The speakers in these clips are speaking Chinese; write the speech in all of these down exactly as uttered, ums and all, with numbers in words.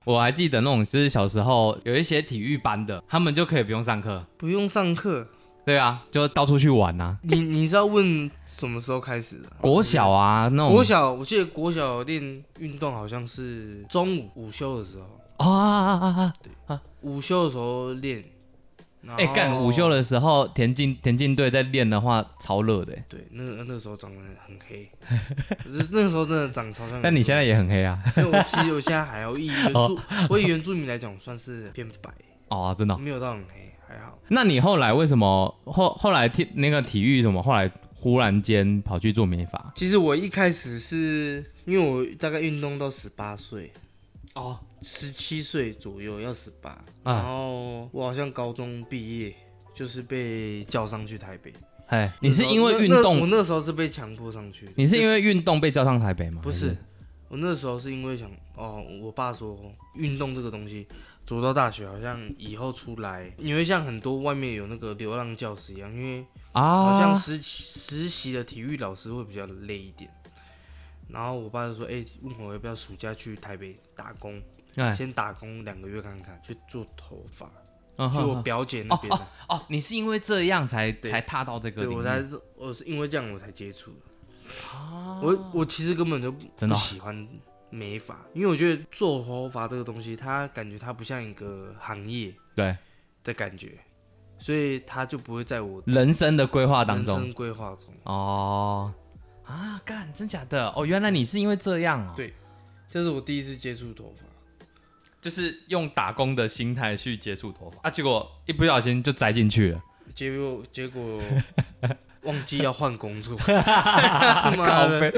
我还记得那种，就是小时候有一些体育班的，他们就可以不用上课， 不用上课。 对啊，就到处去玩啊。 你你是要问什么时候开始的？ 国小啊，那种国小，我记得国小练运动好像是中午午休的时候。 啊啊啊啊！ 对啊，午休的时候练。 哎，干、欸、午休的时候，田径田径队在练的话，超热的。 对，那那个时候长得很黑，那个时候真的长超像。 但你现在也很黑啊。 因为我其实我现在还要以原住，哦、我以原住民来讲，算是偏白。 哦，真的、哦、 没有到很黑，还好。 那你后来为什么后后来体那个体育什么，后来忽然间跑去做美发？ 其实我一开始是因为我大概运动到十八岁。哦，十七岁左右要十八、啊，然后我好像高中毕业就是被叫上去台北。 哎，你是因为运动？ 我那时候是被强迫上去的。 你是因为运动被叫上台北吗？ 不是，我那时候是因为想哦，我爸说运动这个东西，读到大学好像以后出来，你会像很多外面有那个流浪教师一样，因为好像实实习的体育老师会比较累一点。然后我爸就说：“哎、欸，问我要不要暑假去台北打工，哎、先打工两个月看看，去做头发。嗯”就我表姐那边、 哦哦哦，你是因为这样才才踏到这个领域？ 对，我才是我是因为这样我才接触的。啊、我我其实根本就不喜欢美发，因为我觉得做头发这个东西，它感觉它不像一个行业， 对的感觉，所以它就不会在我人生的规划当中。 人生规划中哦。啊，干，真假的哦！原来你是因为这样哦。 对，这是我第一次接触头发， 就是用打工的心态去接触头发啊，结果一不小心就栽进去了。 结果结果忘记要换工作，妈的！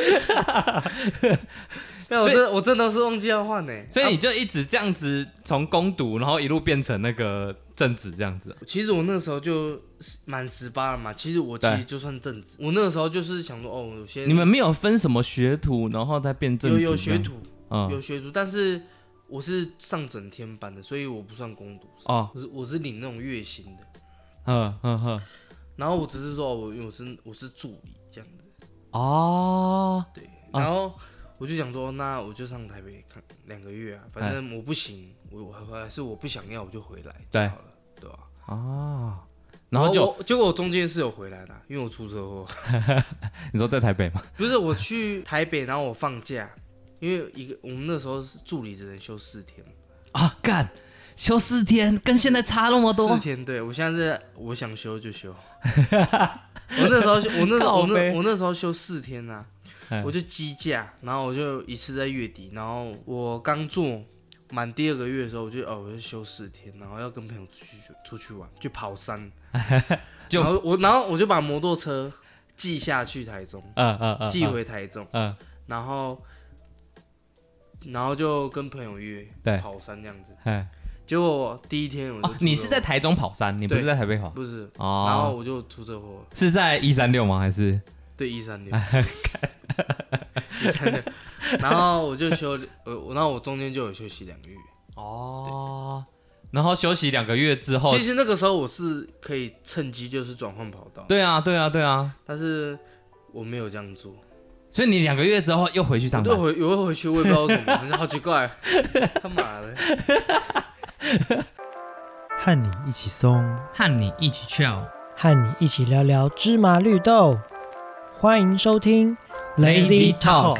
但我真我真的是忘记要换呢， 所以你就一直这样子从工读，然后一路变成那个正职这样子。 其实我那时候就满十八了嘛，其实我其实就算正职。我那个时候就是想说，哦，我先你们没有分什么学徒，然后再变正职？ 有有学徒， 嗯、 有学徒，但是我是上整天班的，所以我不算工读生。哦，我是我是领那种月薪的。 嗯嗯嗯。 然后我只是说，我因为我是我是助理这样子。 哦。 对，然后。我就想说，那我就上台北看两个月啊，反正我不行，我我还是我不想要，我就回来就好了，对吧？ 哦，然后就结果我中间是有回来的，因为我出车祸。 你说在台北吗？ 不是，我去台北，然后我放假，因为一个我们那时候是助理只能休四天啊，干休四天，跟现在差那么多。 四天，对我现在是我想休就休。我那时候我那时候我那我那时候休四天啊。我就积假，然后我就一次在月底，然后我刚做满第二个月的时候，我就哦，我就休四天，然后要跟朋友出去出去玩，去跑山，就然后我然后我就把摩托车寄下去台中，嗯嗯嗯，寄回台中，嗯，然后然后就跟朋友约跑山这样子，嗯，结果第一天我就、哦、 你是在台中跑山，你不是在台北跑？ 不是，哦，然后我就出车祸， 是在一三六吗？还是？ 对，一三六，一三六，然后我就休，呃，然后我中间就有休息两个月。 哦，然后休息两个月之后， 其实那个时候我是可以趁机就是转换跑道。 对啊，对啊，对啊， 但是我没有这样做。 所以你两个月之后又回去上班？ 我回，我又回去，我也不知道为什么，好奇怪，他妈的！ 和你一起松， 和你一起跳， 和你一起聊聊芝麻绿豆。欢迎收听 Lazy Talk。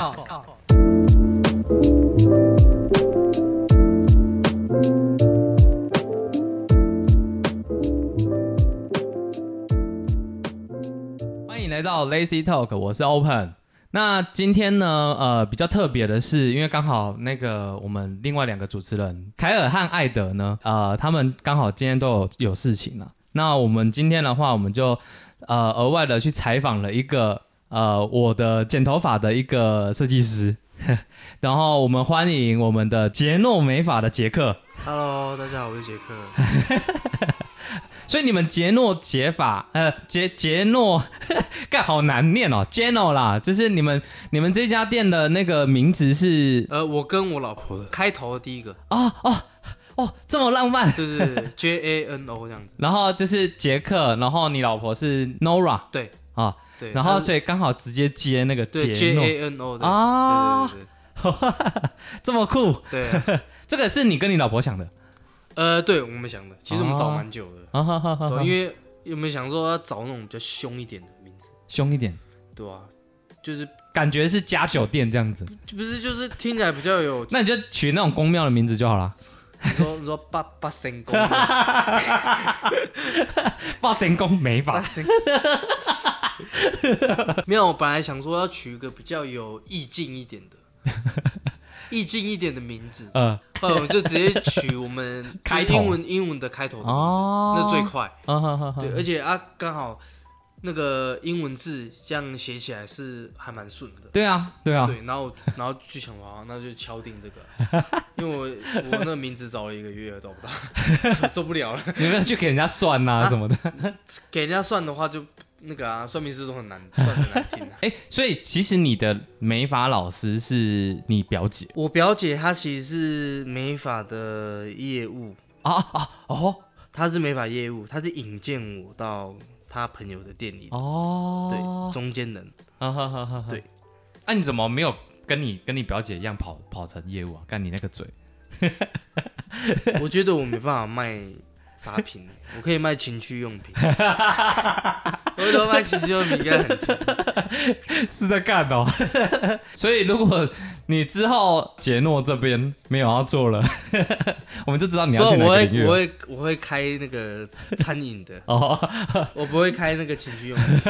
欢迎来到 Lazy Talk， 我是 Open。那今天呢，呃，比较特别的是，因为刚好那个我们另外两个主持人凯尔和艾德呢，呃，他们刚好今天都有有事情了。那我们今天的话，我们就呃额外的去采访了一个。呃，我的剪头发的一个设计师，然后我们欢迎我们的杰诺美发的杰克。 Hello， 大家好，我是杰克。 所以你们杰诺解法，呃，杰杰诺，干好难念哦 ，Jeno 啦，就是你们你们这家店的那个名字是， 呃，我跟我老婆的开头的第一个。 哦哦哦，这么浪漫。 对对对 ，J A N O 这样子。 然后就是杰克，然后你老婆是 Nora。 对啊。对，然后所以刚好直接接那个杰诺 J A N O 的啊，对对对对， 这么酷。 对、啊， 这个是你跟你老婆想的？ 呃，对我们想的，其实我们找蛮久的， 哦、 对，因为有没有想说要找那种比较凶一点的名字？ 凶一点， 对啊，就是感觉是加酒店这样子， 不是就是听起来比较有， 那你就取那种宫庙的名字就好了。 你说你说八八神宫， 八神宫美发， 没有，我本来想说要取一个比较有意境一点的，意境一点的名字，嗯，后来我就直接取我们开头英文英文的开头的名字，哦、那最快，哦、对，而且啊刚好。那个英文字这样写起来是还蛮顺的。 对啊，对啊。 对，然后然后就想说，那就敲定这个，因为我我那个名字找了一个月了找不到，受不了了。 你有没有去给人家算啊什么的？ 啊、给人家算的话就那个啊，算命师都很难算很难听、啊。 哎、欸，所以其实你的美发老师是你表姐？ 我表姐她其实是美发的业务啊啊哦， 她是美发业务，她是引荐我到。他朋友的店里哦，对，中间人， 啊哈哈哈，对，那、啊、你怎么没有跟你跟你表姐一样跑跑成业务啊？干你那个嘴， 我觉得我没办法卖发品，我可以卖情趣用品，我觉得卖情趣用品应该很强， 是在干哦。所以如果你之后杰诺这边没有要做了，我们就知道你要去哪个领域了。 我会我会我会开那个餐饮的哦，我不会开那个情趣用品。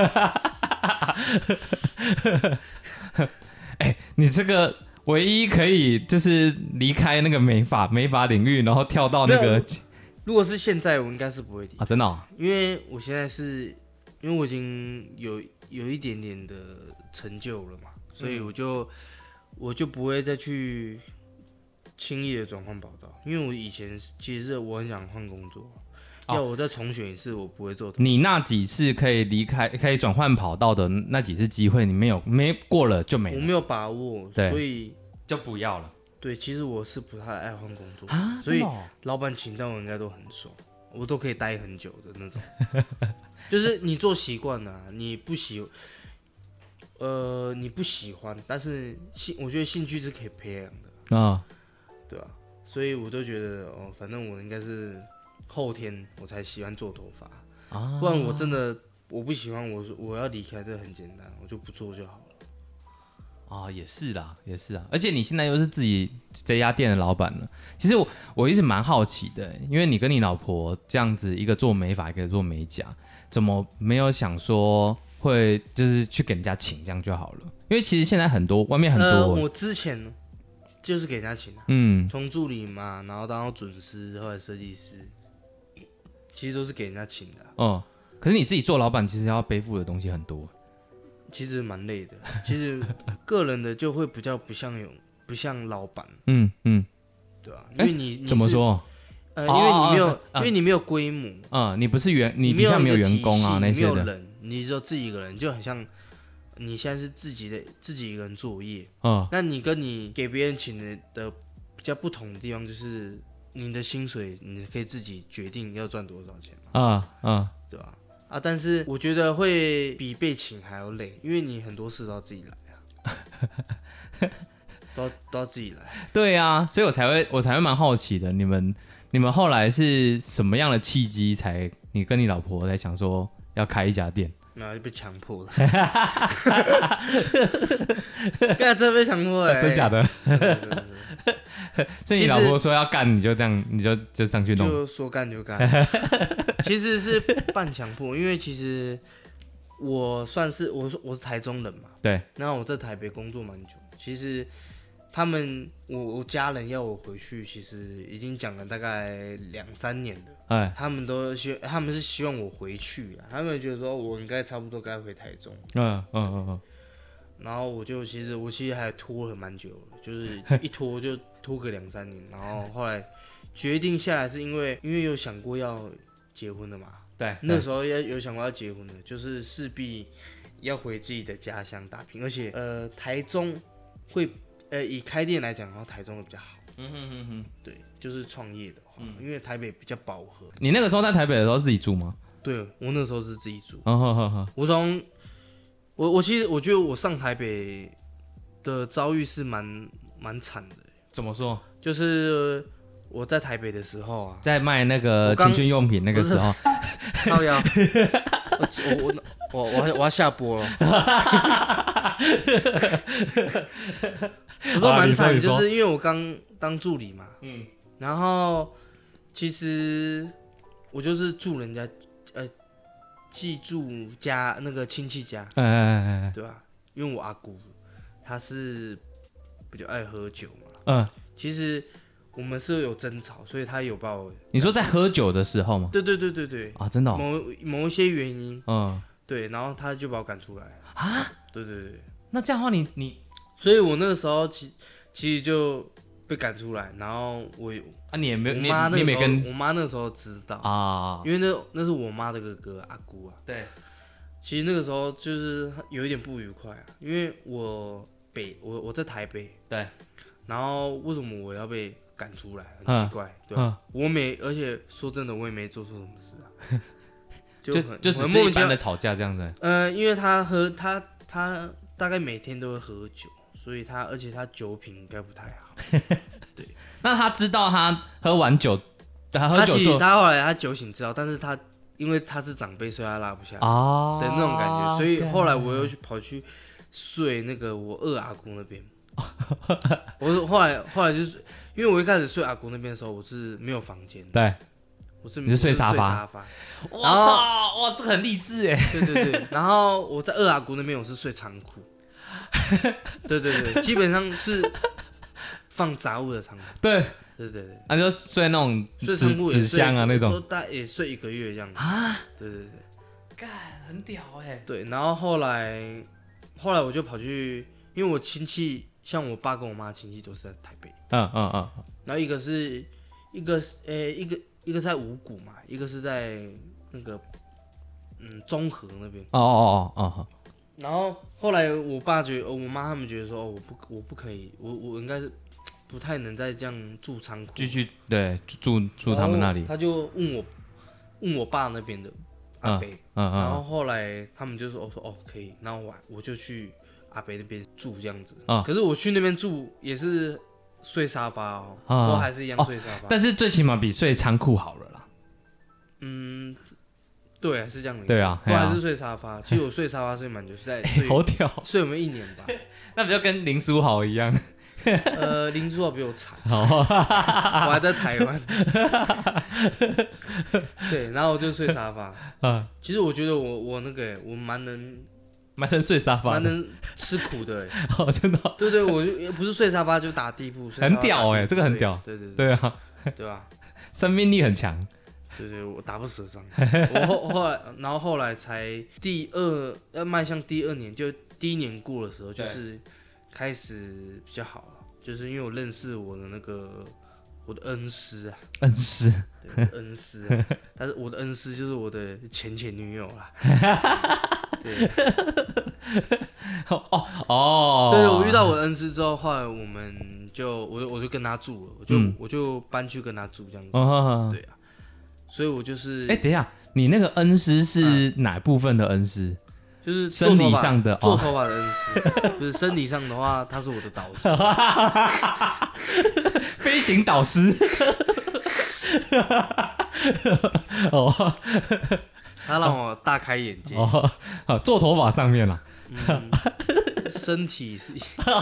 哎、欸，你这个唯一可以就是离开那个美发美发领域，然后跳到那个， 如果是现在，我应该是不会离开啊，真的、哦， 因为我现在是因为我已经有有一点点的成就了嘛，所以我就。嗯我就不会再去轻易的转换跑道，因为我以前其实我很想换工作，哦、要我再重选一次，我不会做。 你那几次可以离开、可以转换跑道的那几次机会，你没有没过了就没了。 我没有把握，所以就不要了。 对，其实我是不太爱换工作，啊、所以老板请到我应该都很爽，我都可以待很久的那种。就是你做习惯了，你不喜。呃，你不喜欢，但是兴，我觉得兴趣是可以培养的啊，对吧、啊？所以我都觉得，哦，反正我应该是后天我才喜欢做头发啊，不然我真的我不喜欢，我我要离开，这很简单，我就不做就好了。 啊，也是啦，也是啊，而且你现在又是自己这家店的老板了。其实我我一直蛮好奇的，因为你跟你老婆这样子，一个做美发，一个做美甲，怎么没有想说？会就是去给人家请这样就好了，因为其实现在很多外面很多、呃， 我之前就是给人家请、啊，嗯，从助理嘛，然后当到准师，后来设计师，其实都是给人家请的、啊。 哦、嗯，可是你自己做老板，其实要背负的东西很多， 其实蛮累的。其实个人的就会比较不像有不像老板， 嗯嗯， 对吧、啊？因为你, 你怎么说？ 呃，因为你没有，哦哦哦、因为你没有规模， 嗯，你不是员，你底下没有员工啊那些的。 没有人，你只有自己一个人，就很像你现在是自己的自己一个人作业。嗯，那你跟你给别人请的的比较不同的地方，就是你的薪水你可以自己决定要赚多少钱嘛。嗯嗯，对吧？啊，但是我觉得会比被请还要累，因为你很多事都要自己来啊，都要都要自己来。 对啊，所以我才会我才会蛮好奇的，你们你们后来是什么样的契机才你跟你老婆才想说要开一家店？ 没有，就被强迫了。干，真被强迫哎、欸！ 真假的？所以你老婆说要干，你就这样，你就就上去弄。 就说干就干。其实是半强迫，因为其实我算是我是我是台中人嘛， 对。 然后我在台北工作蛮久，其实他们我我家人要我回去，其实已经讲了大概两三年了。哎，他们都希他们是希望我回去啊，他们觉得说我应该差不多该回台中。嗯嗯嗯嗯。然后我就其实我其实还拖了蛮久了，就是一拖就拖个两三年，然后后来决定下来是因为因为有想过要结婚的嘛。 对。 那时候有有想过要结婚的，就是势必要回自己的家乡打拼，而且呃台中会呃以开店来讲，然后台中会比较好。嗯哼哼哼，对，就是创业的话，嗯、因为台北比较饱和。 你那个时候在台北的时候自己住吗？ 对，我那时候是自己住。哦呵呵呵我从我我其实我觉得我上台北的遭遇是蛮蛮惨的。 怎么说？ 就是我在台北的时候啊， 在卖那个情趣用品那个时候， 靠腰，我我我我我要下播了。我说蛮惨，就是因为我刚当助理嘛，嗯，然后其实我就是住人家呃寄住家那个亲戚家，哎哎哎，对吧？因为我阿姑她是比较爱喝酒嘛，嗯，其实我们是有争吵，所以她有把我。 你说在喝酒的时候吗？ 对对对对对。 啊，真的、哦。 某某一些原因，嗯，对，然后她就把我赶出来啊。对对对。 那这样的话你，你你， 所以我那个时候其其实就被赶出来，然后我啊，你也没有， 我妈那你也没跟我妈那时候知道啊，因为那那是我妈的哥哥阿姑啊。 对。 其实那个时候就是有一点不愉快啊，因为我北我我在台北， 对， 然后为什么我要被赶出来？很奇怪，对吧？我没，而且说真的，我也没做错什么事啊， 就很就只是一般的吵架这样子。 呃，因为他喝他他大概每天都会喝酒，所以他而且他酒品应该不太好。对， 那他知道他喝完酒，他喝酒做，他后来他酒醒知道，但是他。因为他是长辈，所以他拉不下啊的那种感觉，所以后来我又去跑去睡那个我二阿姑那边。我是后来后来就是，因为我一开始睡阿姑那边的时候，我是没有房间的， 对， 我是你是睡沙发。 我操，哇，这个很励志哎。 对对对，然后我在二阿姑那边我是睡仓库。对对对，基本上是放杂物的仓库。 对。 对对对， 那、啊、就睡那种纸纸箱啊那种， 大也睡一个月这样子啊。对对对， 干很屌哎、欸。 对，然后后来后来我就跑去，因为我亲戚像我爸跟我妈亲戚都是在台北，嗯嗯嗯，然后一个是一个呃、欸、一个一个是在五股嘛，一个是在那个嗯中和那边。 哦哦哦哦。 然后后来我爸觉得，我妈他们觉得说，哦，我不我不可以，我我应该是。不太能再这样住仓库， 继续对住住他们那里。 他就问我问我爸那边的阿伯，嗯嗯嗯、然后后来他们就说：“我、哦、说哦可以。”然后我我就去阿伯那边住这样子。嗯、可是我去那边住也是睡沙发哦，嗯、都还是一样睡沙发、哦。 但是最起码比睡仓库好了啦。 嗯，对，是这样的。 对啊， 都还是睡沙发。其实我睡沙发睡蛮久，是在睡、 欸、好屌， 睡我们一年吧。 那不就跟林书豪一样？ 呃，林书豪比我惨，我还在台湾。对，然后我就睡沙发。嗯，其实我觉得我我那个我蛮能蛮能睡沙发， 蛮能吃苦的。 哦，真的、哦。 对对，我就不是睡沙发就打地铺， 很屌哎、欸，这个很屌。 对对对， 对啊， 对吧？ 生命力很强。 对对，我打不死伤。我后后来，然后后来才第二要迈向第二年，就第一年过的时候，就是开始比较好。就是因为我认识我的那个我的恩师啊， 恩师， 对，恩师、啊，但是我的恩师就是我的前前女友啦。对， 哦哦， 对，我遇到我的恩师之后，后来我们就我我就跟他住了，我就、嗯、我就搬去跟他住这样子。哦、对啊，所以我就是， 哎、欸，等一下，你那个恩师是哪部分的恩师？啊就是生理上的做头发的恩师，就是身体上的话，他是我的导师， 飞行导师。 哦，他让我大开眼界。 哦，做头发上面啦， 嗯、身体是，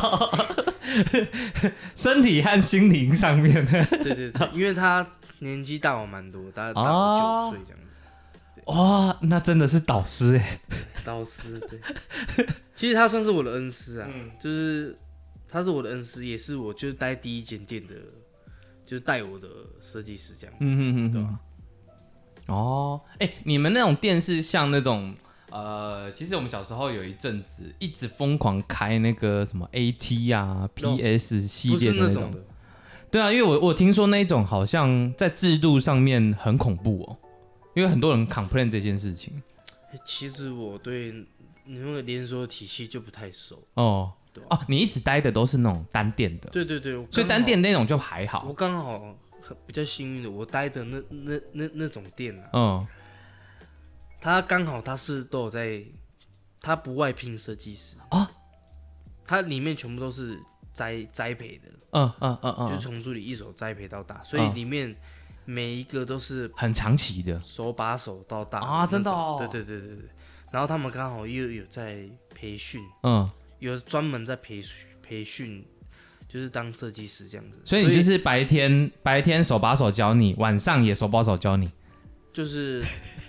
身体和心灵上面。 对对对，因为他年纪大我蛮多，大概大我九岁这样子。 哇、哦，那真的是导师哎， 导师对，其实他算是我的恩师啊，嗯、就是他是我的恩师，也是我就是待第一间店的，就是带我的设计师这样子，嗯哼哼对吧？ 哦，哎、欸，你们那种店是像那种呃，其实我们小时候有一阵子一直疯狂开那个什么 A T 啊、P S 系列的那种，不是那种的。对啊，因为我我听说那一种好像在制度上面很恐怖哦。因为很多人 complain 这件事情， 其实我对你那个连锁体系就不太熟哦。对哦，你一直待的都是那种单店的， 对对对， 所以单店那种就还好。 我刚好比较幸运的，我待的那那那那种店啊， 嗯， 他刚好他是都有在，他不外聘设计师啊，他里面全部都是栽栽培的， 嗯嗯嗯嗯， 就是从助理一手栽培到大，所以里面每一个都是很长期的， 手把手到大啊，真的哦， 对对对对对。然后他们刚好又有在培训， 嗯， 有专门在培培训，就是当设计师这样子。 所以你就是白天白天手把手教你，晚上也手把手教你， 就是。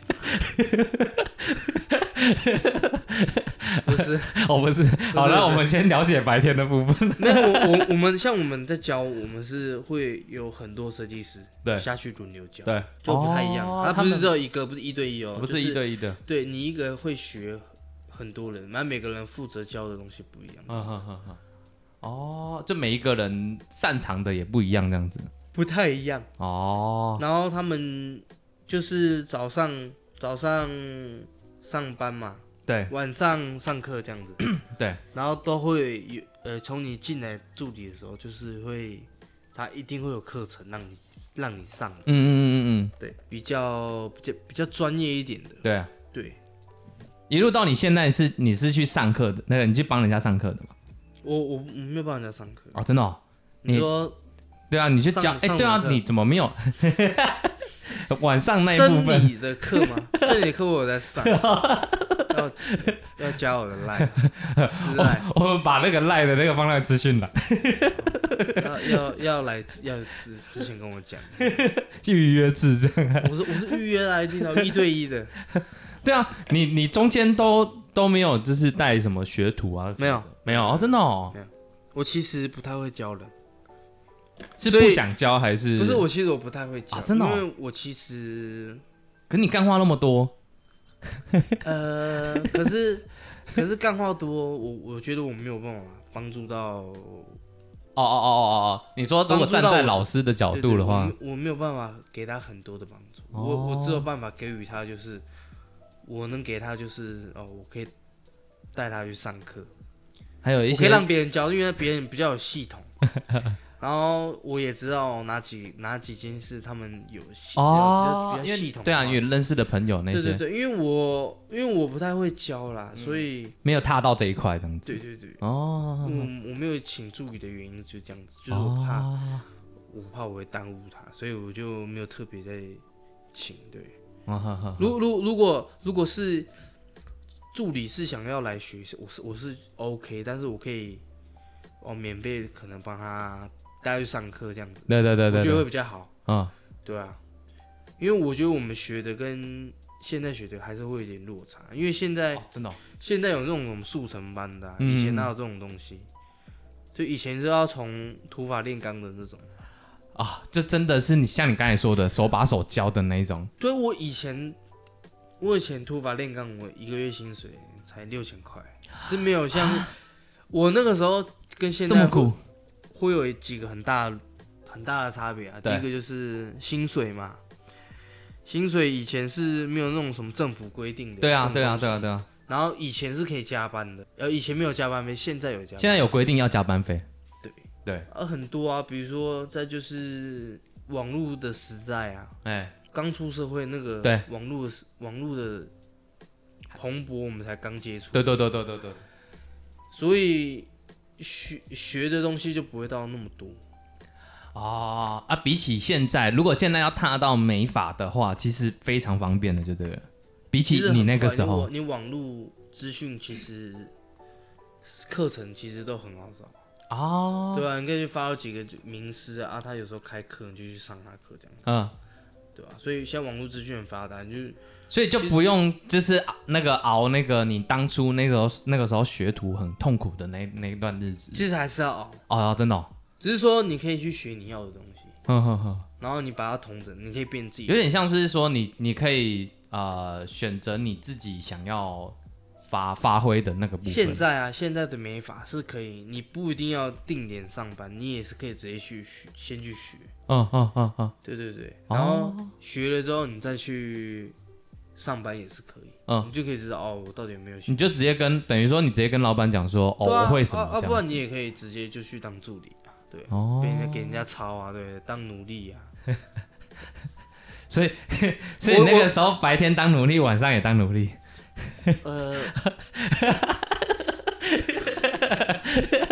不是， 哦，不是，好了，我们先了解白天的部分。 没有，我我我们像我们在教，我们是会有很多设计师对下去轮流教， 对， 就不太一样。哦、他不是只有一个，不是一对一哦， 不是一对一的。 对你一个会学很多人，那每个人负责教的东西不一样。嗯哼哼哼。 哦，就每一个人擅长的也不一样，这样子。 不太一样。哦。然后他们就是早上早上上班嘛。 对， 晚上上课这样子， 对， 然后都会有呃，从你进来助理的时候，就是会，他一定会有课程让你让你上，嗯嗯嗯嗯，对，比较比较比较专业一点的， 对啊， 对， 一路到你现在是你是去上课的，那个你去帮人家上课的吗？ 我我我没有帮人家上课， 哦，真的哦， 你说， 对啊，你去教，哎，对啊，你怎么没有？晚上那一部分生理的课吗？生理课我有在上。要要加我的赖，私赖， 我们把那个赖的那个放在资讯栏。 要要要来要之之前跟我讲， 去预约制这样。 我是我是预约来订到一对一的。 对啊，你你中间都都没有就是带什么学徒啊？ 没有没有哦，真的哦。 没有，我其实不太会教人， 是不想教还是？ 不是，我其实我不太会教， 啊、真的、哦， 因为我其实， 可是你干话那么多。 呃，可是可是干话多，我我觉得我没有办法帮助到。哦哦哦哦哦，你说如果站在老师的角度的话， 对对我，我没有办法给他很多的帮助，哦、我我只有办法给予他，就是我能给他就是哦，我可以带他去上课， 还有一些我可以让别人教，因为别人比较有系统。然后我也知道哪几哪几件事他们有系哦，比较系统。 对啊，有认识的朋友那些。 对对对，因为我因为我不太会教啦，嗯、所以没有踏到这一块这样子。 对对对。哦。我我没有请助理的原因就是这样子，就是我怕、哦、我怕我会耽误他，所以我就没有特别在请。对。哦、如如如果如果是助理是想要来学，我是我是 OK， 但是我可以哦免费可能帮他。带他去上课这样子， 对对对 对, 對， 我觉得会比较好。嗯，对啊，因为我觉得我们学的跟现在学的还是会有点落差，因为现在、 哦、真的、哦， 现在有那种速成班的、啊嗯，以前哪有这种东西？就以前是要从土法炼钢的那种啊，这真的是你像你刚才说的手把手教的那一种。 对，我以前我以前土法炼钢，我一个月薪水才六千块，是没有像我那个时候跟现在这么苦。 会有几个很大很大的差别啊！第一个就是薪水嘛，薪水以前是没有那种什么政府规定的。 对啊，对啊，对啊，对啊。 然后以前是可以加班的，呃，以前没有加班费，现在有加班费。 现在有规定要加班费。 对对。 啊，很多啊，比如说再就是网络的时代啊，哎，刚出社会那个对网络网络的蓬勃，我们才刚接触。 对对对对对对。 所以。学学的东西就不会到那么多哦啊！比起现在，如果现在要踏到美发的话，其实非常方便的，就对了。比起你那个时候， 你网络资讯其实课程其实都很好找哦，对吧、啊？你可以去发到几个名师啊，他有时候开课你就去上他课这样子，嗯，对吧、啊？所以现在网络资讯很发达，你就。 所以就不用就是那个熬那个你当初那个那个时候学徒很痛苦的那那一段日子， 其实还是要熬哦，真的、哦， 只是说你可以去学你要的东西，呵呵呵然后你把它统整，你可以变自己， 有点像是说你你可以呃选择你自己想要发发挥的那个部分。 现在啊，现在的美发是可以，你不一定要定点上班，你也是可以直接去学，先去学，嗯嗯嗯嗯，对对对，然后学了之后你再去。上班也是可以，嗯，你就可以知道哦，我到底有没有学。 你就直接跟等于说，你直接跟老板讲说，哦， 啊、 我会什么啊，啊，不然你也可以直接就去当助理啊，对，哦，被人家给人家抄啊，对，当奴隶啊。 所以，所以那个时候白天当奴隶，晚上也当奴隶。呃，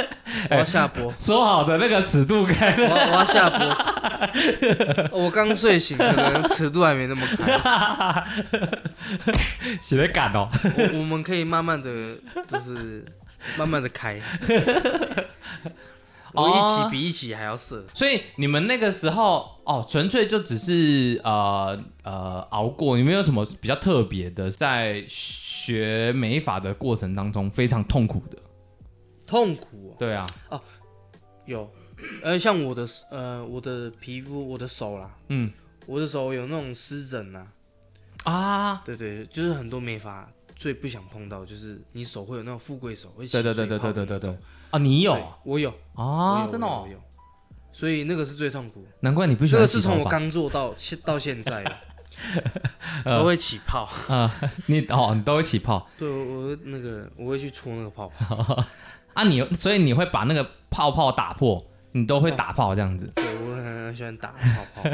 我要下播。 说好的那个尺度开我要我要下播。我刚睡醒，可能尺度还没那么开。 写的赶哦。 我我们可以慢慢的，就是慢慢的开。我一集比一集还要色， 所以你们那个时候哦，纯粹就只是呃呃熬过，你们有什么比较特别的，在学美发的过程当中非常痛苦的？ 痛苦、哦？ 对啊， 哦，有，呃，像我的呃我的皮肤，我的手啦，嗯，我的手有那种湿疹啊，啊，对对，就是很多美发最不想碰到，就是你手会有那种富贵手，会起水泡的那种。对对对对对对对。啊， 你有？ 我有啊，真的哦。 我有，所以那个是最痛苦。 难怪你不喜欢洗头发。 这个是从我刚做到现到现在都会起泡。 啊、呃，你哦，你都会起泡。 对，我那个我会去搓那个泡泡。 啊你，你所以你会把那个泡泡打破，你都会打泡这样子。 哦、对，我很喜欢打泡泡。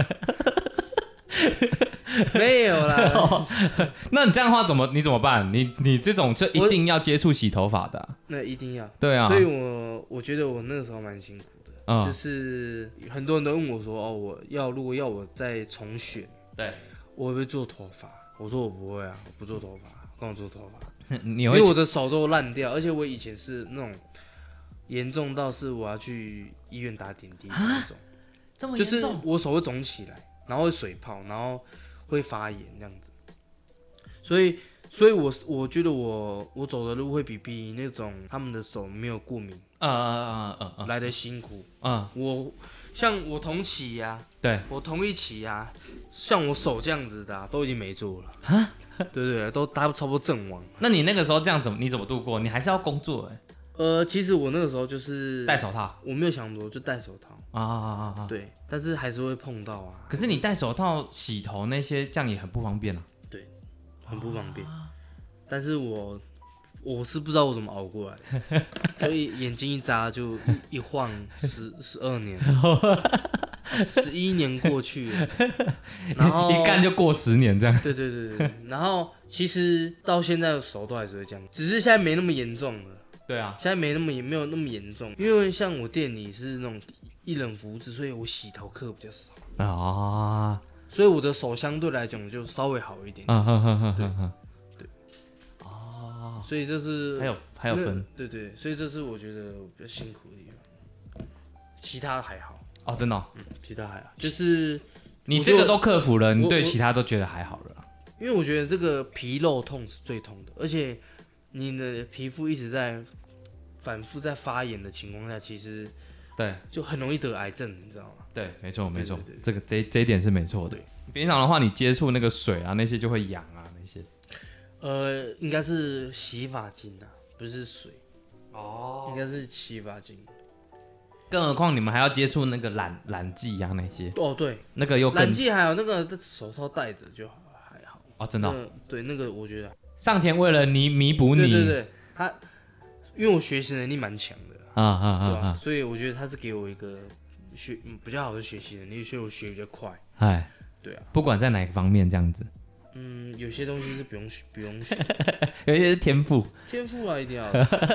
没有啦、 哦，那你这样的话怎么你怎么办？你你这种就一定要接触洗头发的、啊， 那一定要。 对啊， 所以我我觉得我那个时候蛮辛苦的，嗯、就是很多人都问我说，哦，我要如果要我再重选， 对， 我会不会做头发？我说我不会啊，我不做头发，跟我做头发， 你会因为我的手都烂掉，而且我以前是那种严重到是我要去医院打点滴那种， 这么严重， 就是我手会肿起来，然后会水泡，然后会发炎这样子，所以，所以我我觉得我我走的路会比比那种他们的手没有过敏，嗯嗯嗯嗯，来的辛苦，嗯，我像我同期呀、啊， 对， 我同一期呀、啊，像我手这样子的、啊、都已经没做了，哈，对对对，都差不多阵亡。 那你那个时候这样怎么你怎么度过？你还是要工作哎、欸。 呃，其实我那个时候就是戴手套， 我没有想多，就戴手套啊啊啊啊！对，但是还是会碰到啊。 可是你戴手套洗头那些，这样也很不方便啊。 对，很不方便。啊、但是我我是不知道我怎么熬过来的，所以眼睛一眨就一, 一晃十十二年，十一年过去了，然后一干就过十年这样。 对对对对，然后其实到现在手都还是会这样，只是现在没那么严重了。 对啊， 现在没那么也没有那么严重，因为像我店里是那种一人服务制，所以我洗头客比较少啊，所以我的手相对来讲就稍微好一点。嗯哼哼哼哼哼，对，哦，所以这是还有还有分， 对对，所以这是我觉得比较辛苦的地方，其他还好哦，真的、哦， 嗯，其他还好，就是你这个都克服了，你对其他都觉得还好了， 因为我觉得这个皮肉痛是最痛的，而且。你的皮肤一直在反复在发炎的情况下，其实对就很容易得癌症，你知道吗？ 对，没错没错，这个这这一点是没错的。平常的话，你接触那个水啊，那些就会痒啊，那些。 呃，应该是洗发精啊，不是水。哦，应该是洗发精。 更何况你们还要接触那个染染剂啊那些。 哦，对， 那个又更染剂还有那个手套戴着就好还好。 哦，真的、哦呃。对，那个我觉得。 上天为了你弥补你， 对对对，他因为我学习能力蛮强的啊啊啊啊，所以我觉得他是给我一个学、嗯、比较好的学习能力，所以我学比较快。哎，对啊， 不管在哪个方面这样子。 嗯，有些东西是不用学，不用学， 有些是天赋。 天赋啊，一定要。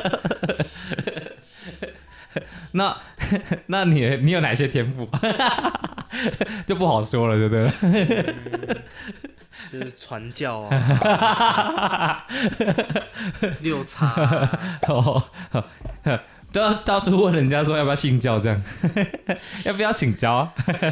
那那你你有哪些天赋？就不好说了，对不对？ 嗯就是传教啊，六叉、啊， 哦，都要到处问人家说要不要信教，这样要不要信教啊？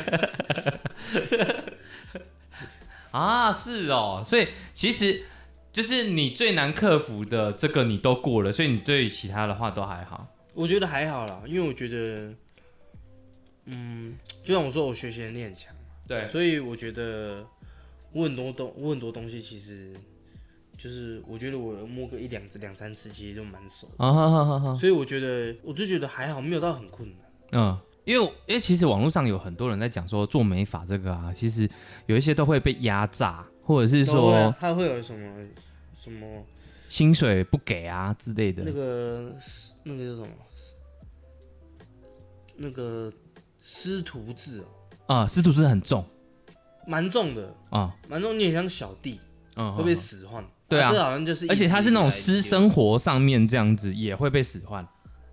啊，是哦，所以其实就是你最难克服的这个你都过了，所以你对其他的话都还好。 我觉得还好啦，因为我觉得，嗯，就像我说，我学习能力很强， 对， 所以我觉得。我很多东，我很多东西其实就是我觉得我摸个一两次、两三次，其实就蛮熟的。啊哈哈哈！所以我觉得，我就觉得还好，没有到很困难。 嗯，因为因为其实网络上有很多人在讲说做美发这个啊，其实有一些都会被压榨，或者是说他会有什么什么薪水不给啊之类的。 那个那个叫什么？那个师徒制哦。啊，师徒制很重。 蛮重的啊，蛮、嗯、重，你也像小弟，嗯，会被使唤。 对啊， 这好像就是， 而且他是那种私生活上面这样子也会被使唤。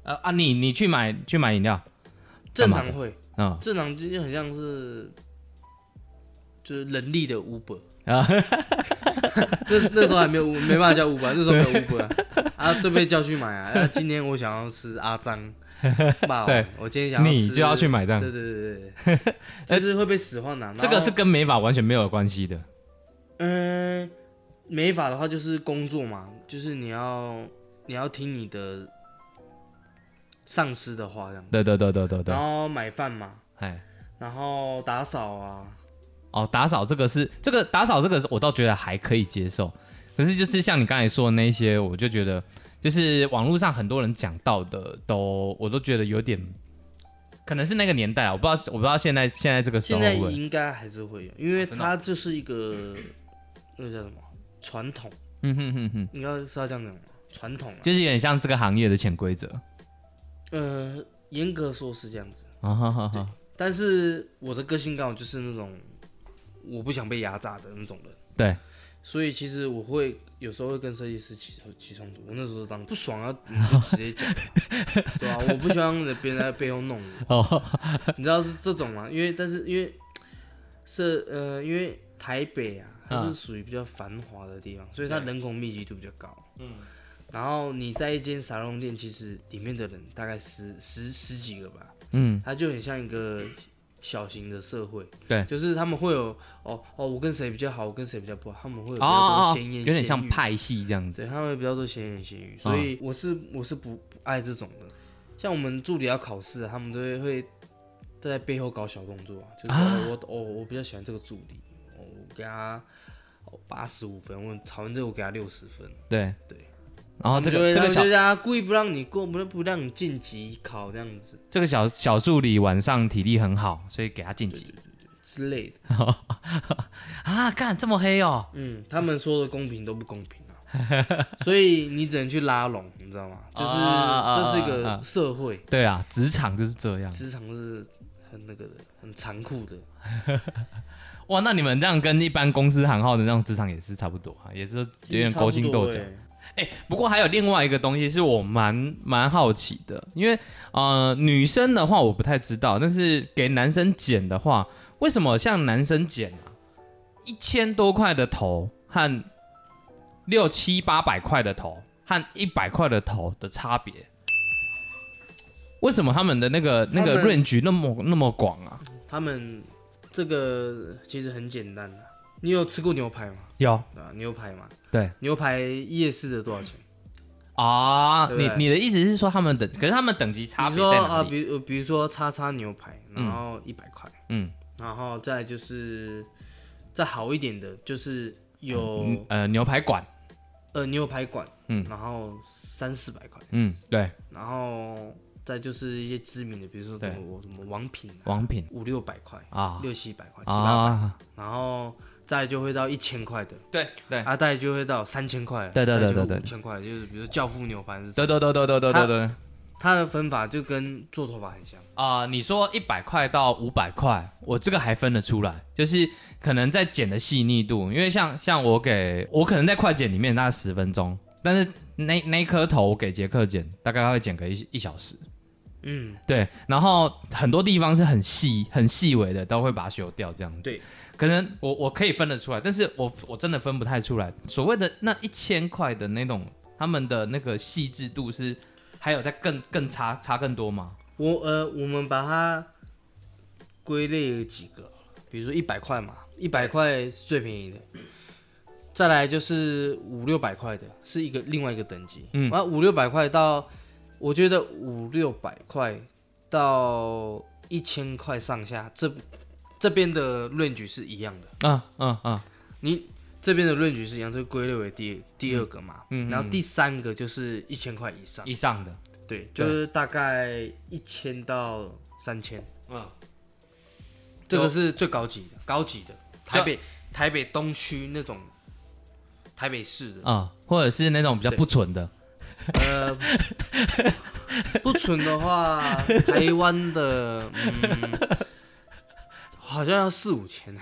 呃啊，你你去买去买饮料， 正常会， 嗯， 正常就很像是就是人力的 Uber 啊， 那那时候还没有没办法叫 Uber， 那时候没有 Uber 啊，啊都被叫去买啊。啊今天我想要吃阿张霸王，我今天想要吃， 你就要去买这样， 对对对对，就是会被使唤的、啊。 这个是跟美发完全没有关系的。 嗯、呃，美发的话就是工作嘛，就是你要你要听你的上司的话这样。 对对对对对对。 然后买饭嘛， 哎， 然后打扫啊。 哦，打扫这个是这个打扫这个我倒觉得还可以接受，可是就是像你刚才说的那些，我就觉得就是网络上很多人讲到的都，我都觉得有点，可能是那个年代啊，我不知道我不知道现在现在这个时候现在会不会应该还是会有，因为它就是一个那个叫什么传统， 嗯哼哼哼， 应该是要这样讲吗？传统、啊、 就是有点像这个行业的潜规则。 呃，严格说是这样子啊哈哈哈。 但是我的个性刚好就是那种我不想被压榨的那种人。 对。 所以其实我会有时候会跟设计师起起冲突，我那时候当不爽要你就直接讲，对吧、啊？我不希望别人在背后弄我，哦、你知道是这种吗？因为但是因为是呃，因为台北啊，它是属于比较繁华的地方，所以它人口密集度比较高。嗯。然后你在一间沙龙店，其实里面的人大概十十十几个吧，嗯，它就很像一个小型的社会， 对， 就是他们会有哦哦，我跟谁比较好，我跟谁比较不好，他们会有比较多闲言闲语， 有点像派系这样子， 对，他们会比较多闲言闲语，所以我是我是不不爱这种的。像我们助理要考试、啊，他们都会会在背后搞小动作、啊，就是、啊、我哦我比较喜欢这个助理，哦、我给他八十五分，我讨论这个我给他六十分， 对对。 然后这个这个小啊，故意不让你过，不不让你晋级考这样子。 这个小小助理晚上体力很好，所以给他晋级， 对对对对之类的。 啊，干这么黑哦？ 嗯，他们说的公平都不公平啊，所以你只能去拉拢，你知道吗？就是、啊、这是一个社会。 啊、对啊，职场就是这样。 职场是很那个的，很残酷的。 哇，那你们这样跟一般公司行号的那种职场也是差不多啊，也是有点勾心斗角。哎、欸，不过还有另外一个东西是我蛮蛮好奇的，因为呃女生的话我不太知道，但是给男生剪的话，为什么像男生剪啊，一千多块的头和六七八百块的头和一百块的头的差别？为什么他们的那个那个 range 那么那么广啊？ 他们这个其实很简单的、啊，你有吃过牛排吗？ 有啊，牛排嘛。 对， 牛排夜市的多少钱啊？你你的意思是说他们等，可是他们等级差别在哪里？比如说啊， 比如比如说叉叉牛排，然后一百块，嗯，然后再就是再好一点的，就是有、 嗯、呃牛排馆， 呃牛排馆，嗯，然后三四百块， 嗯，对， 然后再就是一些知名的，比如说什么什么王品、啊， 王品五六百块啊， 六七百块，七八百，然后。再就会到一千块的， 对对， 啊，再就会到三千块， 对对对对对， 五千块就是比如说教父牛排是， 对对对对对对对对， 它的分法就跟做头发很像啊、呃。你说一百块到五百块，我这个还分得出来，就是可能在剪的细腻度，因为像像我给我可能在快剪里面大概十分钟，但是那那一颗头我给杰克剪，大概会剪个一一小时。嗯，对，然后很多地方是很细、很细微的，都会把它修掉这样子。 对， 可能我我可以分得出来，但是我我真的分不太出来。所谓的那一千块的那种，他们的那个细致度是还有在更更差差更多吗？ 我呃，我们把它归类几个，比如说一百块嘛，一百块是最便宜的。再来就是五六百块的，是一个另外一个等级。嗯，啊，五六百块到。我觉得五六百块到一千块上下，这这边的 range 是一样的。啊啊啊！你这边的 range 是一样，就归类为第第二个嘛。嗯，然后第三个就是一千块以上。 以上的， 对，就是大概一千到三千。嗯，这个是最高级的，高级的。台北台北东区那种台北市的啊、嗯，或者是那种比较不纯的。 呃，不纯的话，台湾的，嗯，好像要四五千。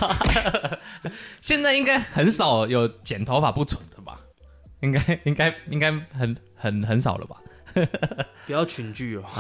现在应该很少有剪头发不纯的吧？应该应该应该很很很少了吧？ 不要群聚哦。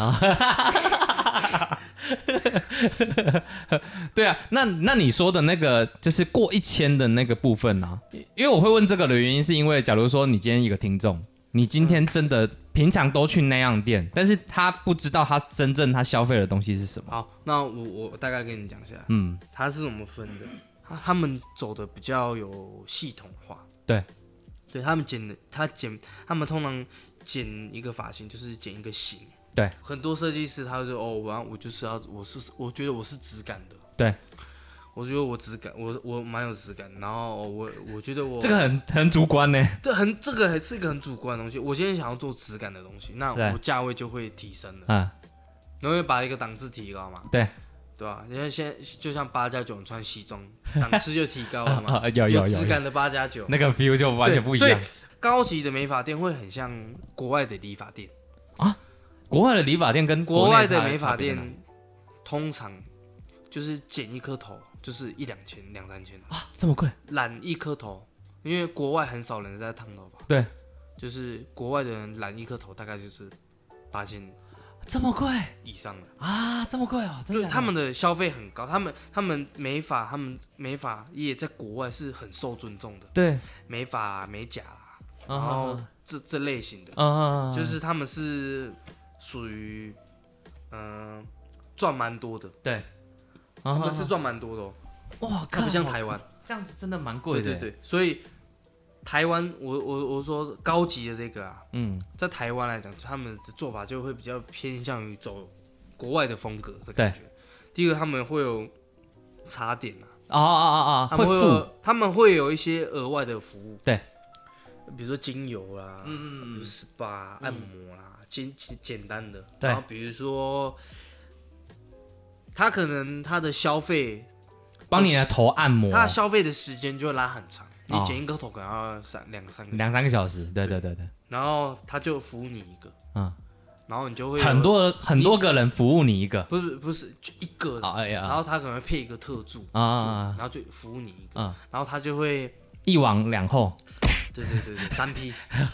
对啊，那那你说的那个就是过一千的那个部分啊，因为我会问这个的原因是因为，假如说你今天一个听众，你今天真的平常都去那样店，但是他不知道他真正他消费的东西是什么。 好，那我我大概跟你讲一下， 嗯， 他是怎么分的？他他们走的比较有系统化， 对， 对他们剪的，他剪，他们通常剪一个发型就是剪一个型。 对，很多设计师他就哦，我我就是要，我是我觉得我是质感的， 对， 我觉得我质感，我我蛮有质感，然后我我觉得我这个很很主观呢， 对，很这个还是一个很主观的东西。我今天想要做质感的东西，那我价位就会提升了，嗯，然后会把一个档次提高嘛， 对， 对吧？因为现在就像八加九，你穿西装，档次就提高了嘛， 有有有质感的八加九， 那个 feel 就完全不一样。 所以高级的美发店会很像国外的理发店啊。国外的理发店跟国外的美发店，通常就是剪一颗头就是一两千、两三千啊，这么贵？ 染一颗头，因为国外很少人在烫头发， 对， 就是国外的人染一颗头大概就是八千， 这么贵以上了啊，这么贵哦，真的。 就他们的消费很高，他们他们美发，他们美发业在国外是很受尊重的， 对， 美发、啊、美甲、啊， 然后这这类型的， 嗯， 就是他们是。属于，嗯，赚蛮多的，对，他们是赚蛮多的哦。哇，它不像台湾这样子，真的蛮贵的。 对对对，所以台湾，我我我说高级的这个啊，嗯，在台湾来讲，他们的做法就会比较偏向于走国外的风格的感觉。第一个，他们会有茶点啊，啊啊啊啊，他们会有他们会有一些额外的服务，对，比如说精油啦，嗯嗯 S P A 按摩啦。简简单的，然后比如说，他可能他的消费， 帮你的头按摩， 他消费的时间就会拉很长。哦、你剪一个头可能要三两三个两三个小时，对对对对。 然后他就服务你一个，嗯，然后你就会很多很多个人服务你一个， 不是不是就一个，哦哎、然后他可能会配一个特助啊，然后就服务你一个，嗯、然后他就会一往两后。 对对对对，三 P，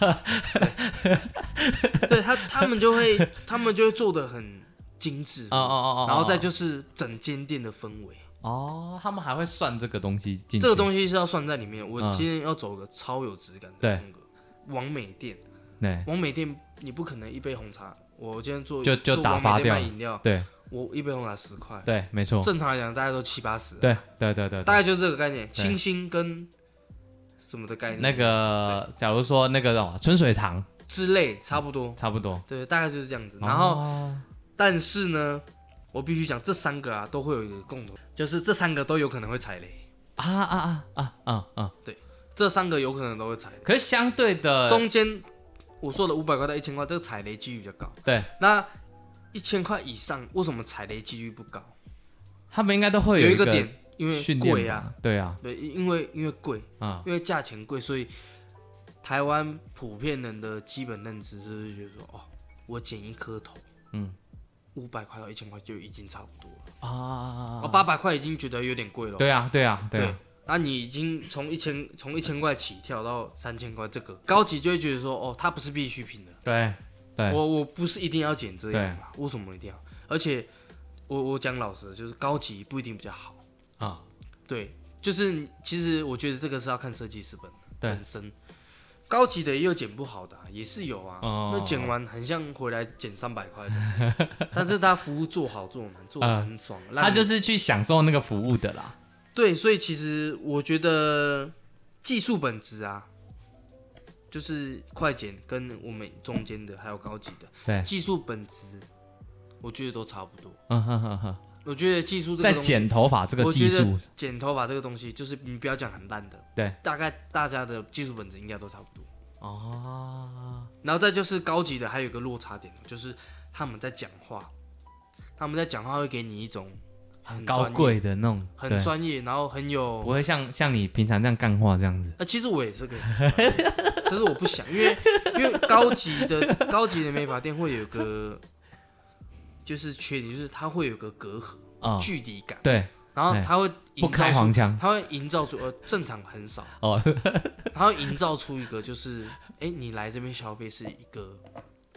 对，对他他们就会他们就会做的很精致，哦哦哦，然后再就是整间店的氛围， 哦，他们还会算这个东西进去， 这个东西是要算在里面。我今天要走个超有质感的风格，网美店，对，网美店你不可能一杯红茶，我今天做就就打发掉饮料， 对， 我一杯红茶十块， 对，没错， 正常来讲大概都七八十， 对对对对， 大概就是这个概念，清新跟。什么的概念？ 那个，假如说那个什么春水堂之类，差不多， 差不多， 对，大概就是这样子。然后，哦、但是呢，我必须讲，这三个啊，都会有一个共同，就是这三个都有可能会踩雷啊啊啊啊啊啊！ 对，这三个有可能都会踩雷。 可是相对的， 中间我说的五百块到一千块，这个踩雷几率比较高。 对， 那一千块以上，为什么踩雷几率不高？ 他们应该都会有一个点。因为贵啊， 对啊， 对，因为因为贵啊，因为价钱贵，所以台湾普遍人的基本认知就是觉得说，哦，我剪一颗头，嗯，五百块到一千块就已经差不多了啊，哦，八百块已经觉得有点贵了。 对啊，对啊，对啊。 那你已经从一千从一千块起跳到三千块，这个高级就会觉得说，哦，它不是必需品的。 对，对， 我我不是一定要剪这样吧？为什么一定要？而且我我讲老实的，就是高级不一定比较好。啊，对，就是其实我觉得这个是要看设计师本本身，高级的也有剪不好的、啊，也是有啊。哦、那剪完很像回来剪三百块的，但是他服务做好做满，做得很爽、呃。 他就是去享受那个服务的啦。 对，所以其实我觉得技术本质啊，就是快剪跟我们中间的还有高级的，对，技术本质我觉得都差不多。嗯哼哼哼。我觉得技术这个东西， 在剪头发这个技术， 剪头发这个东西，就是你不要讲很烂的，对，大概大家的技术本质应该都差不多哦。然后再就是高级的，还有一个落差点，就是他们在讲话，他们在讲话会给你一种很高贵的那种， 很专业，然后很有， 不会像像你平常这样干话这样子。 呃，其实我也是可以，但是我不想，因为因为高级的高级的美发店会有个。就是缺点，就是它会有个隔阂、哦、距离感，对，然后它会不开黄腔， 它会营造出呃正常很少哦，它会营造出一个就是，哎、欸，你来这边消费是一个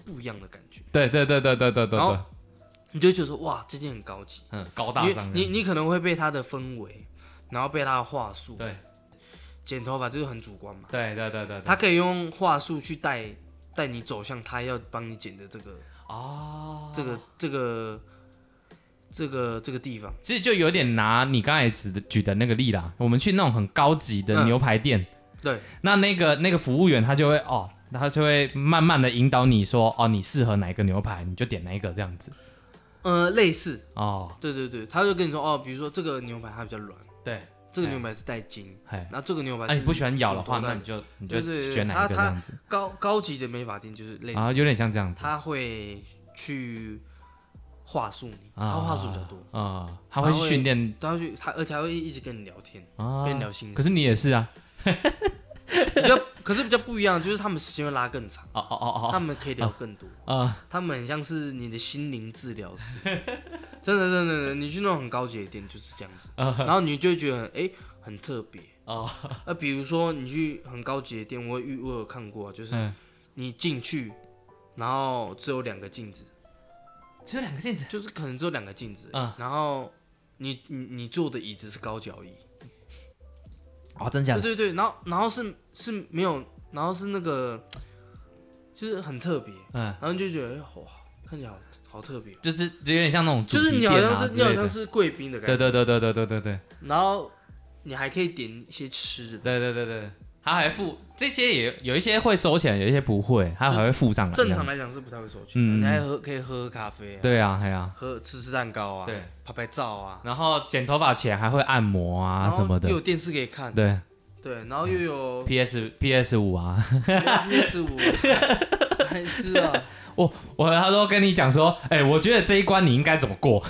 不一样的感觉。 对对对对对对对。然后你就会觉得说哇，这件很高级， 嗯，高大上。 你你你可能会被它的氛围，然后被它的话术。 对。 剪头发就是很主观嘛。 对对对 对, 对。 他可以用话术去带带你走向他要帮你剪的这个哦， 这个这个这个这个地方。 其实就有点拿你刚才举的举的那个例啦，我们去那种很高级的牛排店，嗯、 对， 那那个那个服务员他就会哦，他就会慢慢的引导你说哦，你适合哪一个牛排，你就点哪一个这样子。 呃，类似哦， 对对对，他就跟你说哦，比如说这个牛排它比较软， 对。 这个牛排是带筋，然后这个牛排是、 啊、你不喜欢咬的话，那你就你就选哪一个这样子。 高高级的美发店就是类似啊， 有点像这样子。 他会去话术你，他话术比较多啊、嗯，他会训练， 他会他而且还会一直跟你聊天，啊、跟你聊心事。 可是你也是啊， 比较可是比较不一样，就是他们时间会拉更长， 哦哦哦哦， 他们可以聊更多啊，哦、他们很像是你的心灵治疗师。真的真的真的，你去那种很高级的店就是这样子， uh, 然后你就会觉得哎、欸、很特别哦。那、uh, 比如说你去很高级的店，我有我有看过、啊，就是你进去，然后只有两个镜子， 只有两个镜子， 就是可能只有两个镜子， 嗯， uh, 然后你你你坐的椅子是高脚椅， 哦，真假的？ 对对对，然后然后是是没有，然后是那个就是很特别，嗯，然后你就觉得哇，看起来好。好特别， 就是就有点像那种、啊， 就是你好像是你好像是贵宾的感觉， 对对对对对对对。 然后你还可以点一些吃的， 对对对对，他还附这些也有一些会收钱，有一些不会，他还会附上来。 正常来讲是不太会收钱，嗯、你还喝可以喝喝咖啡、啊， 对啊，对啊， 喝吃吃蛋糕啊， 对， 拍拍照啊， 然后剪头发前还会按摩啊什么的， 又有电视可以看， 对对，然后又有 P S P S 五啊 ，P S 五还是啊。 我我他都跟你讲说，哎、欸，我觉得这一关你应该怎么过？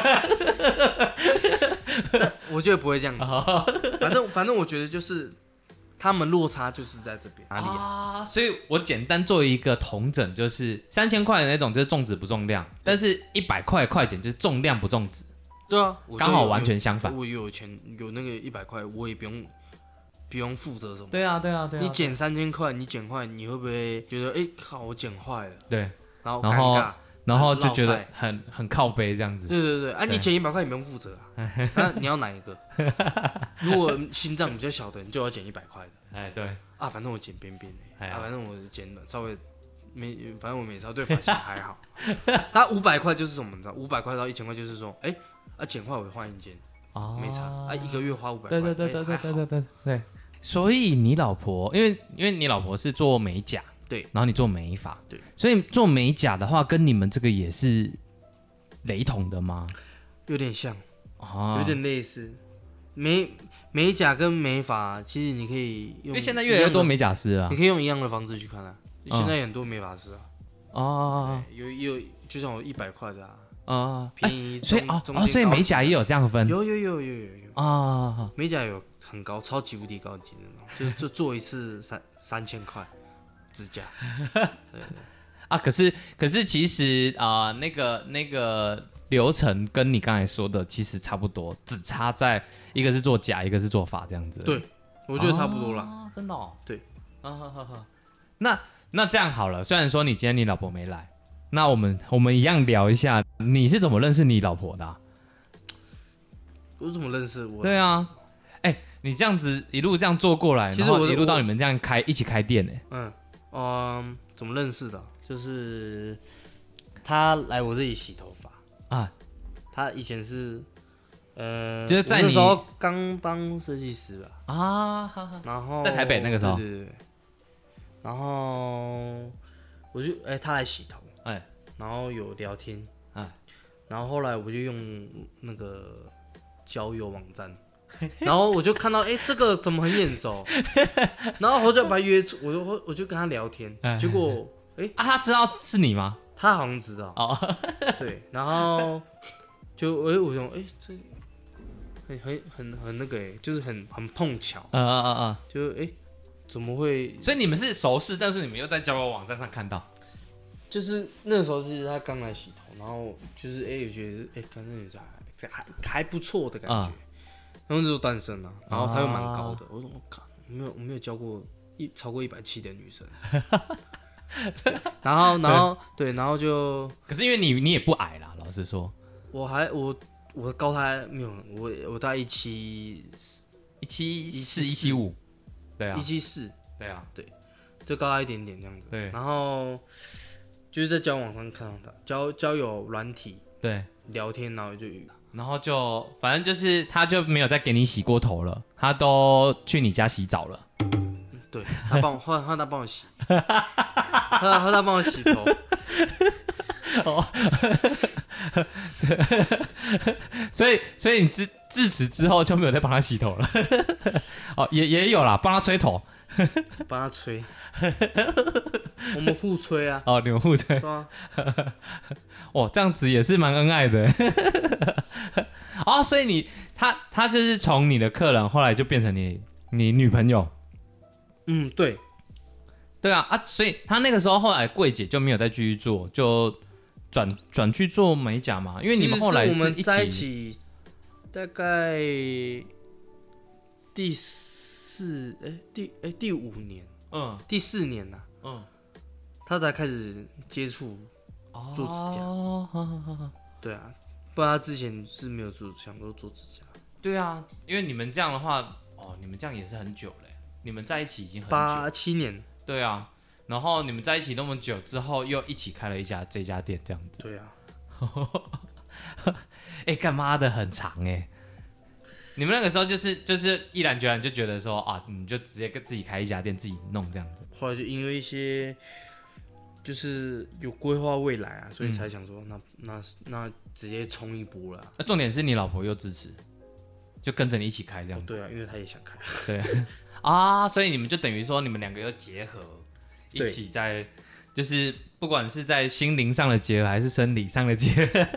我觉得不会这样子，反正反正我觉得就是他们落差就是在这边哪里啊？ 啊所以我简单做一个统整，就是三千块的那种就是重质不重量，但是一百块快剪就是重量不重质。 对啊， 刚好完全相反。 我有钱有那个一百块，我也不用。不用负责什么？ 对啊，对啊，对啊。 你剪三千块，你剪坏，你会不会觉得，哎、欸，靠，我剪坏了？ 对。 然后尴尬， 然後就覺得很很靠背這樣子。 對對對，啊，你剪一百塊你不用負責啊，那你要哪一個？如果心臟比較小的，你就要剪一百塊的。 哎，對。 啊，反正我剪邊邊的，啊，反正我剪的稍微沒，反正我每次對髮型還好。那五百塊就是什麼？你知道？五百塊到一千塊就是說，哎，啊，剪壞我換一間，哦，沒差，啊，一個月花五百塊， 對對對對對對對對對。所以你老婆，因為因為你老婆是做美甲。 对， 然後你做美髮， 對， 所以做美甲的話，跟你們這個也是雷同的嗎？ 有點像，哦，有點類似。美美甲跟美髮，其實你可以用， 因為現在越來越多美甲師啊， 你可以用一樣的方式去看啊。現在有很多美髮師啊， 哦， 有有，就像我一百塊的啊， 啊， 便宜， 所以哦哦，所以美甲也有這樣分， 有有有有有有啊， 美甲有很高，超級無敵高級的那種，就就做一次三三千塊。指甲，對對啊，可是可是其實啊、呃，那個那個流程跟你剛才說的其實差不多，只差在一個是做甲，一個是做髮這樣子。 對，我覺得差不多啦。 哦、真的哦。 對， 啊哈哈哈。那那這樣好了，雖然說你今天你老婆沒來，那我們我們一樣聊一下，你是怎麼認識你老婆的、啊？ 我怎麼認識我？ 對啊，哎、欸，你這樣子一路這樣做過來，其實我然後一路到你們這樣開一起開店呢、欸。 嗯。嗯，怎麼認識的？就是他來我這裡洗頭髮啊。他以前是，呃， 就是在你那時候剛當設計師吧。 啊，哈哈然後在台北那個時候。 對對對。然後我就，哎、欸，他來洗頭，哎、欸，然後有聊天，哎、欸，然後後來我就用那個交友網站。然後我就看到，哎、欸，這個怎麼很眼熟？然後我就把他約出，我就我就跟他聊天，結果，哎、欸， 啊，他知道是你嗎？ 他好像知道。哦，對，然後就，哎、欸，我說，哎、欸，這很很很很那個，哎，就是很很碰巧。 嗯嗯嗯嗯， 就，哎、欸，怎麼會？ 所以你們是熟識，但是你們又在交友網站上看到？ 就是那個時候是他剛來洗頭，然後就是，哎、欸，我覺得，哎、欸，剛那女仔還還還不錯的感覺。嗯，然後那時候單身啊，然後他又蠻高的，啊、我說我靠，我沒有我沒有交過一超過一百七的女生， 然后然后对，然后就可是因为你你也不矮啦，老实说， 我还我我高他没有，我我大概一七一七四一七五，对啊一七四， 对啊对，就高他一点点这样子。 对， 然后就是在交往上看到他，交交友软体对聊天，然后就遇。 然后就反正就是他就没有再给你洗过头了，他都去你家洗澡了。 对，他帮我换换他帮我洗，换他换他帮我洗头。 哦，所以所以你自自此之后就没有再帮他洗头了。哦，也也有啦，帮他吹头， 帮他吹，我们互吹啊。 哦，你们互吹。 对啊。 哦，这样子也是蛮恩爱的。哦，所以你他他就是从你的客人，后来就变成你你女朋友。 嗯，对， 对啊啊，所以他那个时候后来柜姐就没有再继续做，就转转去做美甲嘛，因为你们后来我们一在一起大概第四哎、欸、第哎、欸、第五年， 嗯， 第四年呐、啊，嗯，他才开始接触做指甲。 哦，好好好， 对啊，不然他之前是没有做想过做指甲。 对啊，因为你们这样的话，哦，你们这样也是很久了，你们在一起已经很久， 八七年。 对啊，然后你们在一起那么久之后，又一起开了一家这家店，这样子。 对啊。 哎、欸，干妈的很长哎、欸。你们那个时候就是就是毅然决然就觉得说啊，你就直接跟自己开一家店，自己弄这样子。 后来就因为一些就是有规划未来啊，所以才想说、嗯、那那那直接冲一波了、啊。 那重点是你老婆又支持，就跟着你一起开这样子。 哦、对啊，因为她也想开。 对啊，所以你们就等于说你们两个又结合，一起在就是不管是在心灵上的结合还是生理上的结合。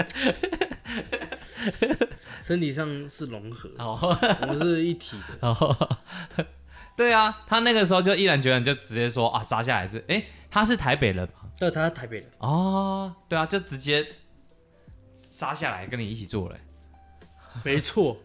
身体上是融合， 哦， 我们是一体的。 哦，对啊，他那个时候就毅然决然就直接说啊，杀下来这，哎，他是台北人吗？ 对，他是台北人。 哦，对啊，就直接杀下来跟你一起做了。 没错，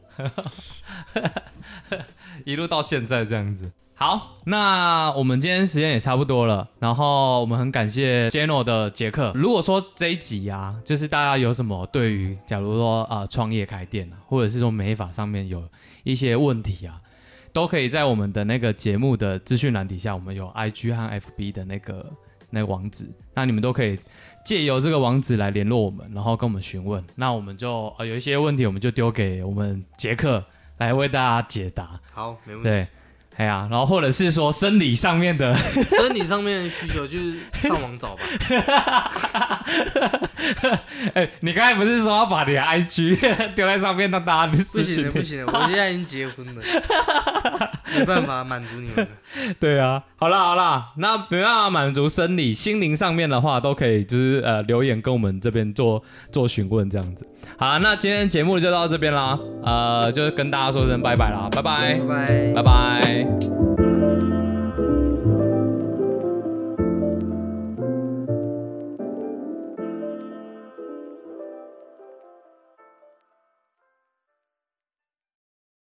一路到现在这样子。好，那我们今天时间也差不多了，然后我们很感谢 Jeno 的杰克。如果说这一集啊，就是大家有什么对于假如说啊创业开店啊，或者是说美发上面有一些问题啊，都可以在我们的那个节目的资讯栏底下，我们有 I G 和 F B 的那个那个网址，那你们都可以借由这个网址来联络我们，然后跟我们询问。那我们就呃有一些问题，我们就丢给我们杰克来为大家解答。 好，没问题。 对。哎呀，然后或者是说生理上面的， 生理上面的需求就是上网找吧。 哎，你刚才不是说要把你的 I G 丢在上面让大家私讯？ 不行了，不行了，我现在已经结婚了，没办法满足你们了。 对啊，好啦好啦，那没办法满足生理、心灵上面的话，都可以就是呃留言跟我们这边做做询问这样子。好啦，那今天节目就到这边啦，呃，就跟大家说声拜拜啦，拜拜， 拜拜， 拜拜。